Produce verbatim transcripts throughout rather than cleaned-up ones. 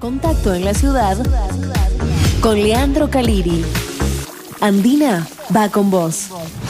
Contacto en la ciudad con Leandro Caliri. Andina va con vos.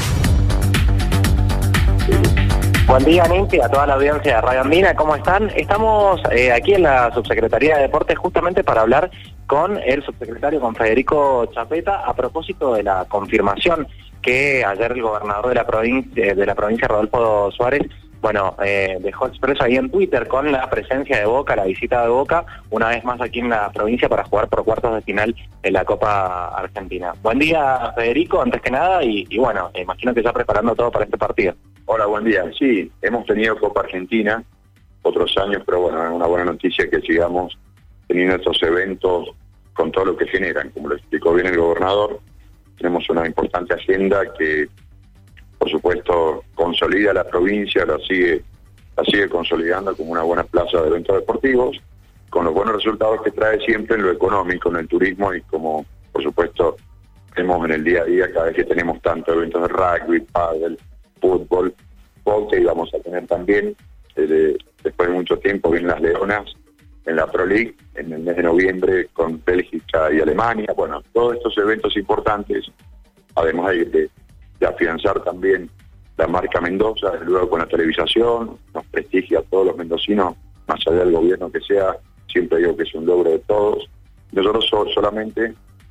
Buen día, Nancy, a toda la audiencia de Radio Andina, ¿cómo están? Estamos eh, aquí en la Subsecretaría de Deportes justamente para hablar con el subsecretario, con Federico Chapeta, a propósito de la confirmación que ayer el gobernador de la provincia, de la provincia Rodolfo Suárez, bueno, eh, dejó expreso ahí en Twitter con la presencia de Boca, la visita de Boca, una vez más aquí en la provincia para jugar por cuartos de final en la Copa Argentina. Buen día, Federico, antes que nada, y, y bueno, imagino que ya preparando todo para este partido. Hola, buen día. Sí, hemos tenido Copa Argentina otros años, pero bueno, es una buena noticia que sigamos teniendo estos eventos con todo lo que generan. Como lo explicó bien el gobernador, tenemos una importante agenda que, por supuesto, consolida la provincia, la sigue, la sigue consolidando como una buena plaza de eventos deportivos, con los buenos resultados que trae siempre en lo económico, en el turismo, y como, por supuesto, vemos en el día a día cada vez que tenemos tantos eventos de rugby, pádel, fútbol, hockey, y vamos a tener también, eh, de, después de mucho tiempo, vienen las Leonas en la Pro League, en el mes de noviembre con Bélgica y Alemania. Bueno, todos estos eventos importantes, además de, de, de afianzar también la marca Mendoza, desde luego con la televisación, nos prestigia a todos los mendocinos, más allá del gobierno que sea, siempre digo que es un logro de todos. Nosotros so, solamente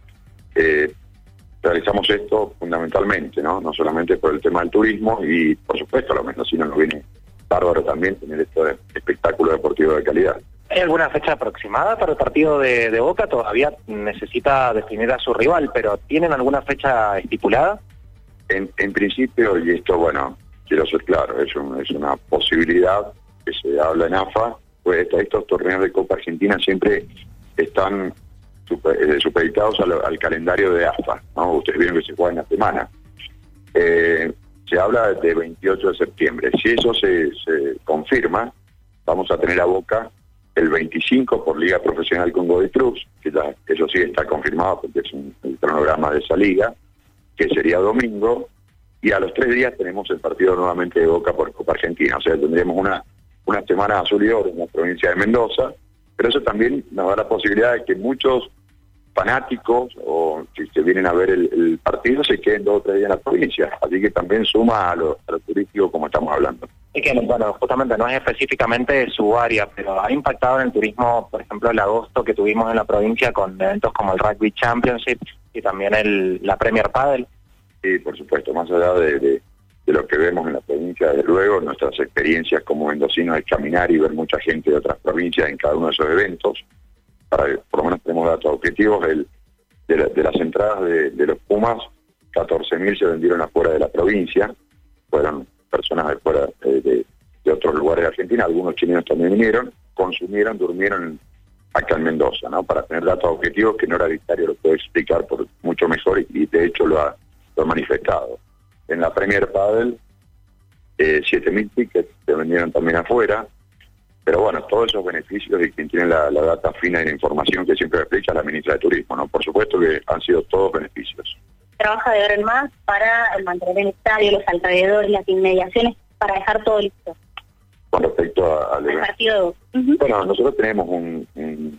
eh, realizamos esto fundamentalmente, ¿no? No solamente por el tema del turismo, y por supuesto a los mendocinos nos viene bárbaro también tener este espectáculo deportivo de calidad. ¿Hay alguna fecha aproximada para el partido de, de Boca? Todavía necesita definir a su rival, pero ¿tienen alguna fecha estipulada? En, en principio, y esto, bueno, quiero ser claro, es, un, es una posibilidad que se habla en A F A, pues estos torneos de Copa Argentina siempre están super, eh, supeditados al, al calendario de A F A, ¿no? Ustedes vieron que se juega en la semana. Eh, se habla de veintiocho de septiembre. Si eso se, se confirma, vamos a tener a Boca el veinticinco por Liga Profesional con Godoy Cruz, que ya, eso sí está confirmado porque es un, el cronograma de esa liga, que sería domingo, y a los tres días tenemos el partido nuevamente de Boca por Copa Argentina. O sea, tendremos una, una semana azul y oro en la provincia de Mendoza, pero eso también nos da la posibilidad de que muchos fanáticos o si se vienen a ver el, el partido se queden dos o tres días en la provincia, así que también suma a lo, a lo turístico como estamos hablando. Y que, bueno, justamente no es específicamente su área, pero ha impactado en el turismo, por ejemplo, el agosto que tuvimos en la provincia con eventos como el Rugby Championship y también el la Premier Padel. Sí, por supuesto, más allá de, de, de lo que vemos en la provincia, desde luego, nuestras experiencias como mendocinos es caminar y ver mucha gente de otras provincias en cada uno de esos eventos. Para, por lo menos tenemos datos objetivos, el, de, la, de las entradas de, de los Pumas, catorce mil se vendieron afuera de la provincia, fueron personas de fuera de, de, de otros lugares de Argentina, algunos chilenos también vinieron, consumieron, durmieron acá en Mendoza, ¿no? Para tener datos objetivos que Nora Victario lo puede explicar por mucho mejor y, y de hecho lo ha, lo ha manifestado. En la Premier Padel, eh, siete mil tickets se vendieron también afuera, pero bueno, todos esos beneficios y quien tiene la, la data fina y la información que siempre explica la ministra de Turismo, ¿no? Por supuesto que han sido todos beneficios. Trabaja de hora en más para mantener el estadio, los alrededores, las inmediaciones, para dejar todo listo. Con respecto al partido. Uh-huh. Bueno, nosotros tenemos un, un,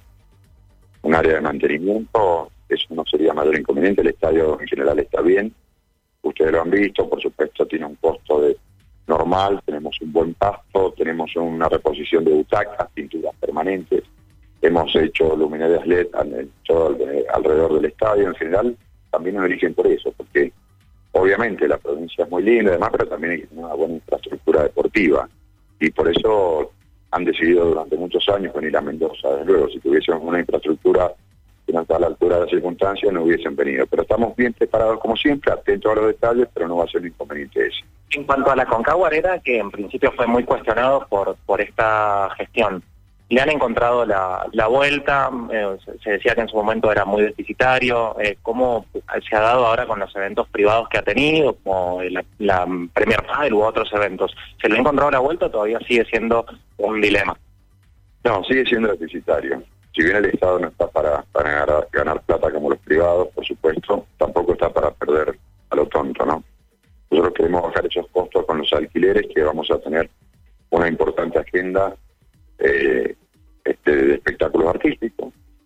un área de mantenimiento, eso no sería mayor inconveniente, el estadio en general está bien, ustedes lo han visto, por supuesto tiene un costo de normal, tenemos un buen pasto, tenemos una reposición de butacas, pinturas permanentes, hemos hecho luminarias L E D en todo alrededor del estadio en general. También nos eligen por eso, porque obviamente la provincia es muy linda y demás, pero también hay una buena infraestructura deportiva, y por eso han decidido durante muchos años venir a Mendoza. Desde luego, si tuviésemos una infraestructura que no está a la altura de las circunstancias, no hubiesen venido, pero estamos bien preparados como siempre, atentos a los detalles, pero no va a ser un inconveniente ese. En cuanto a la Concaguarera, que en principio fue muy cuestionado por, por esta gestión, le han encontrado la, la vuelta, eh, se decía que en su momento era muy deficitario, eh, ¿cómo se ha dado ahora con los eventos privados que ha tenido, como la, la Premier Padel u otros eventos? ¿Se le ha encontrado la vuelta o todavía sigue siendo un dilema? No, sigue siendo deficitario. Si bien el Estado no está para, para ganar, ganar plata como los privados, por supuesto, tampoco está para perder a lo tonto, ¿no? Nosotros queremos bajar esos costos con los alquileres, que vamos a tener una importante agenda eh, este, de espectáculos artísticos.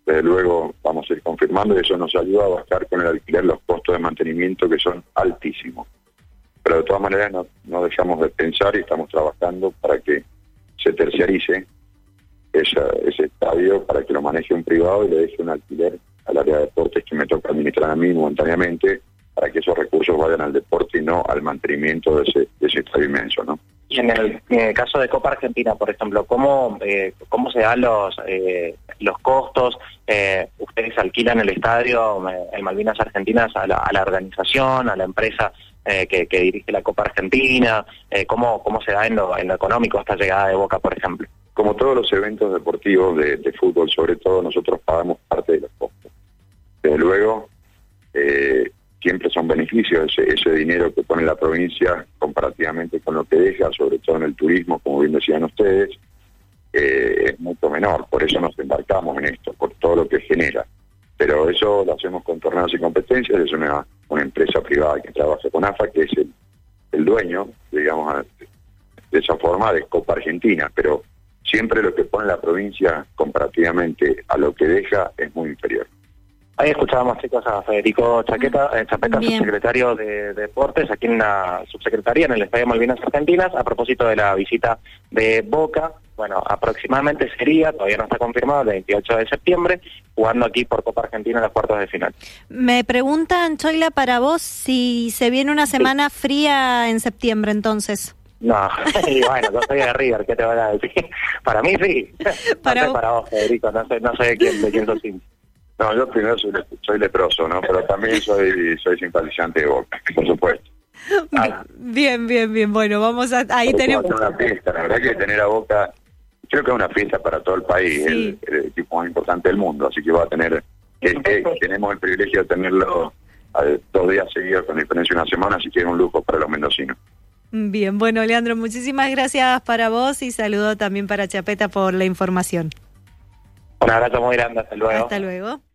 Desde luego vamos a ir confirmando y eso nos ayuda a bajar con el alquiler los costos de mantenimiento que son altísimos. Pero de todas maneras no, no dejamos de pensar y estamos trabajando para que se terciarice esa, ese estadio, para que lo maneje un privado y le deje un alquiler al área de deportes que me toca administrar a mí momentáneamente, para que esos recursos vayan al deporte y no al mantenimiento de ese, de ese estadio inmenso, ¿no? Y en el, en el caso de Copa Argentina, por ejemplo, ¿cómo eh, cómo se dan los eh, los costos? Eh, ¿Ustedes alquilan el estadio en Malvinas Argentinas a la, a la organización, a la empresa eh, que, que dirige la Copa Argentina? Eh, ¿cómo, ¿Cómo se da en lo, en lo económico esta llegada de Boca, por ejemplo? Como todos los eventos deportivos de, de fútbol, sobre todo, nosotros pagamos parte de los costos. Desde luego, eh, siempre son beneficios ese, ese dinero que pone la provincia comparativamente con lo que deja, sobre todo en el turismo, como bien decían ustedes, eh, es mucho menor. Por eso nos embarcamos en esto, por todo lo que genera. Pero eso lo hacemos con torneos y competencias. Es una, una empresa privada que trabaja con A F A, que es el, el dueño, digamos, de esa forma, de Copa Argentina. Pero siempre lo que pone la provincia comparativamente a lo que deja es muy inferior. Ahí escuchábamos, chicos, a Federico Chaqueta, eh, Chapeta, Bien. subsecretario de, de Deportes, aquí en la subsecretaría, en el Estadio Malvinas Argentinas, a propósito de la visita de Boca. Bueno, aproximadamente sería, todavía no está confirmado, el veintiocho de septiembre, jugando aquí por Copa Argentina en los cuartos de final. Me preguntan, Choila, para vos, si se viene una semana sí. fría en septiembre, entonces. No, y bueno, yo soy de River, ¿qué te van a decir? Para mí sí, para, no sé para vos, Federico, no sé, no sé de quién, de quién sos hincha. No, yo primero soy, soy leproso, ¿no? Pero también soy soy simpatizante de Boca, por supuesto. Ah, bien, bien, bien. Bueno, vamos a... Ahí tenemos... una fiesta, la verdad que tener a Boca, creo que es una fiesta para todo el país, sí. el, el equipo más importante del mundo, así que va a tener... Que, que tenemos el privilegio de tenerlo a, dos días seguidos con diferencia de una semana, así que es un lujo para los mendocinos. Bien, bueno, Leandro, muchísimas gracias para vos y saludo también para Chapeta por la información. Un abrazo muy grande, hasta luego. Hasta luego.